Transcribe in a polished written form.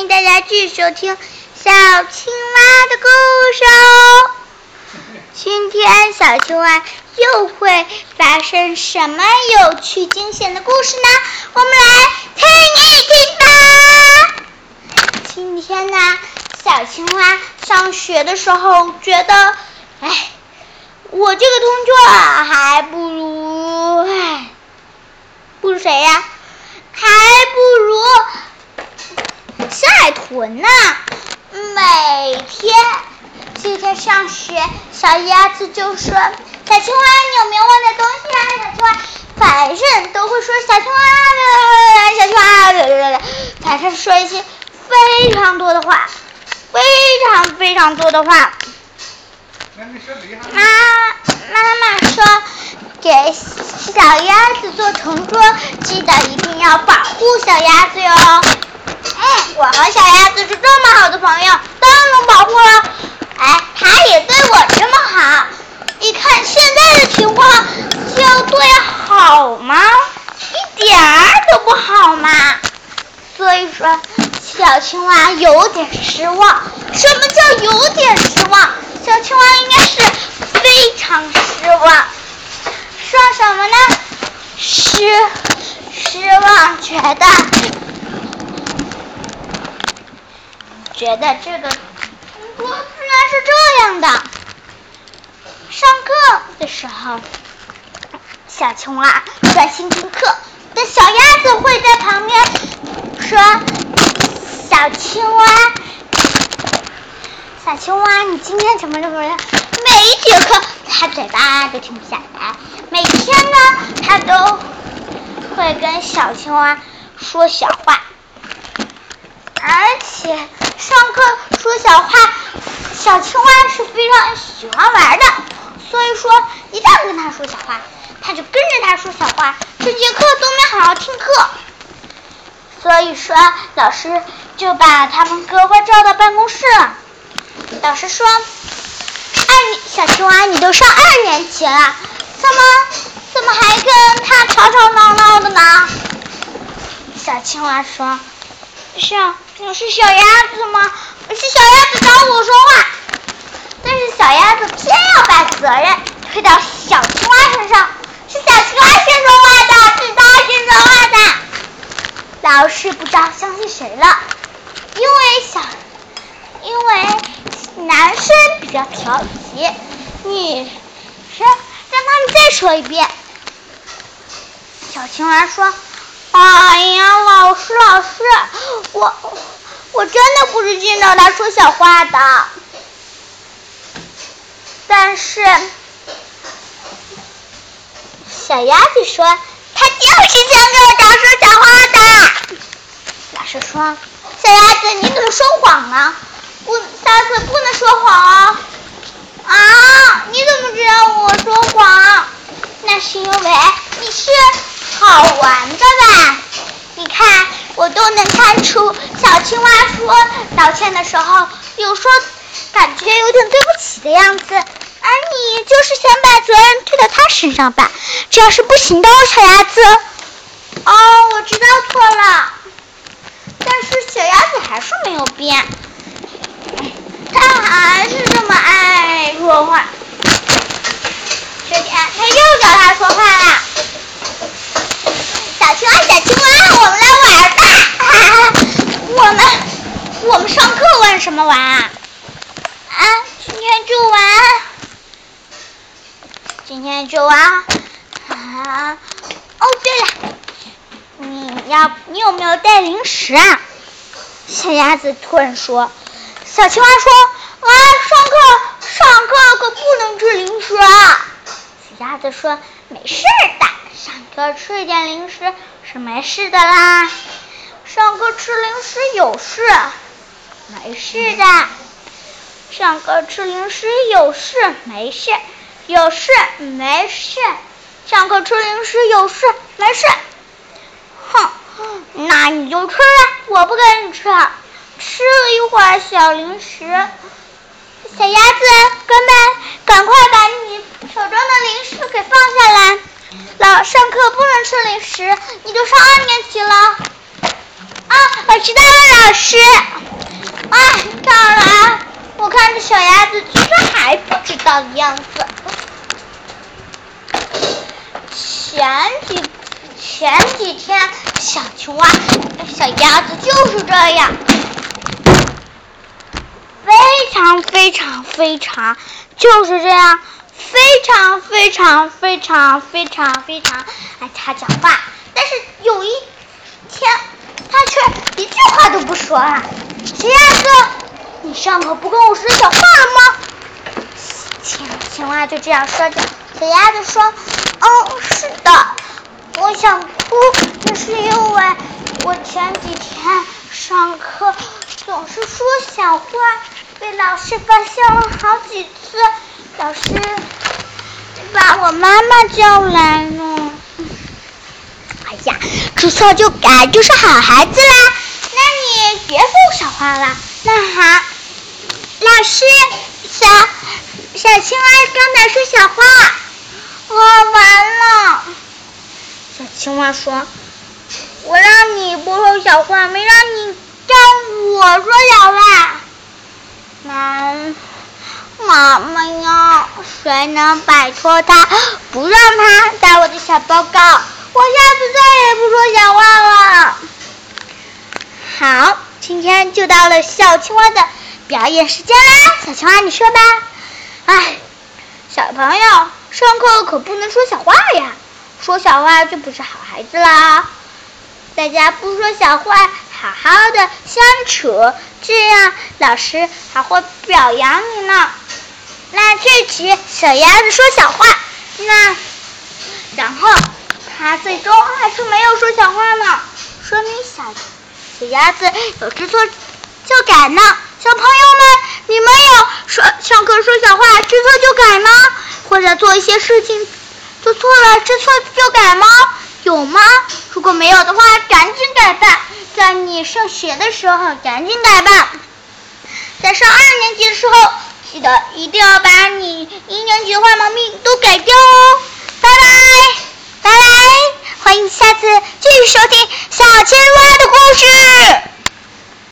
迎大家继续收听小青蛙的故事哦。今天小青蛙又会发生什么有趣惊险的故事呢？我们来听一听吧。今天呢，小青蛙上学的时候觉得，我这个同桌还不如谁呀？还不如小海豚呢。每天今天上学，小鸭子就说：“小青蛙，你有没有忘带东西啊？”小青蛙反正都会说小青蛙，小青蛙，反正说一些非常多的话，非常多的话。妈妈说给小鸭子做同桌，记得一定要保护小鸭子哟。我和小鸭子是这么好的朋友，当然能保护了。它也对我这么好，一看现在的情况，就对好吗？一点儿都不好嘛。所以说，小青蛙有点失望。什么叫有点失望？小青蛙应该是非常失望。失望什么呢？失望觉得这个工作居然是这样的。上课的时候，小青蛙专心听课，但小鸭子会在旁边说：“小青蛙，你今天怎么？”每一节课它嘴巴都停不下来。每天呢，它都会跟小青蛙说小话，而且上课说小话，小青蛙是非常喜欢玩的。所以说，一旦跟他说小话，他就跟着他说小话，这节课都没好好听课。所以说，老师就把他们各位叫到办公室了。老师说：“小青蛙，你都上2年级了，怎么还跟他吵吵闹闹的呢？”小青蛙说：“是小鸭子吗？是小鸭子找我说话。”但是小鸭子偏要把责任推到小青蛙身上，是小青蛙先说话的，是他先说话的。老师不知道相信谁了，因为男生比较调皮，女生让他们再说一遍。小青蛙说：“老师，我真的不是见到他说小话的。”但是小鸭子说：“他就是想跟我说小话的。”老师说：“小鸭子，你怎么说谎呢？下次不能说谎哦。”你怎么知道我说谎？那是因为你是好玩的吧？你看，我都能看出小青蛙说道歉的时候，有时候感觉有点对不起的样子，而你就是想把责任推到他身上吧？这样是不行的哦，小鸭子。我知道错了。但是小鸭子还是没有变，他还是这么爱说话。这天他又找他说话了：“小青蛙，我们来玩吧！我们上课玩什么玩啊？今天就玩。对了，你有没有带零食啊？”小鸭子突然说。小青蛙说：“上课可不能吃零食啊。”小鸭子说：“没事的，上课吃一点零食是没事的啦。上课吃零食有事，没事的。上课吃零食有事，没事，有事没事。上课吃零食有事没事。那你就吃了，我不跟你吃。”吃了一会儿小零食，小鸭子，赶快把你手中的零食给放下来。上课不能吃零食，你都上2年级了。 我知道了，老师。当然，我看这小鸭子居然还不知道的样子。前几天小青蛙、小鸭子就是这样，非常就是这样，非常爱他讲话。但是有一天，他却一句话都不说了。小鸭子，你上课不跟我说小话了吗？青蛙就这样说着。小鸭子说：“是的，我想哭，那是因为我前几天上课总是说小话，被老师发现了好几次，老师把我妈妈叫来了。哎呀，知错就改就是好孩子啦，那你别说小话了。那好，老师，小青蛙刚才说小话。”完了，小青蛙说：“我让你不说小话，没让你让我说小话。妈妈呀，谁能摆脱他，不让他带我的小报告？我下次再也不说小话了。”好，今天就到了小青蛙的表演时间啦，小青蛙你说吧。小朋友，上课可不能说小话呀，说小话就不是好孩子啦。大家不说小话，好好的相处，这样老师还会表扬你呢。那这题小鸭子说小话，然后他最终还是没有说小话呢，说明小鸭子有知错就改呢。小朋友们，你们有上课说小话知错就改吗？或者做一些事情做错了知错就改吗？有吗？如果没有的话，赶紧改吧，在你上学的时候赶紧改吧。在上2年级的时候，记得一定要把你1年级的坏毛病都改掉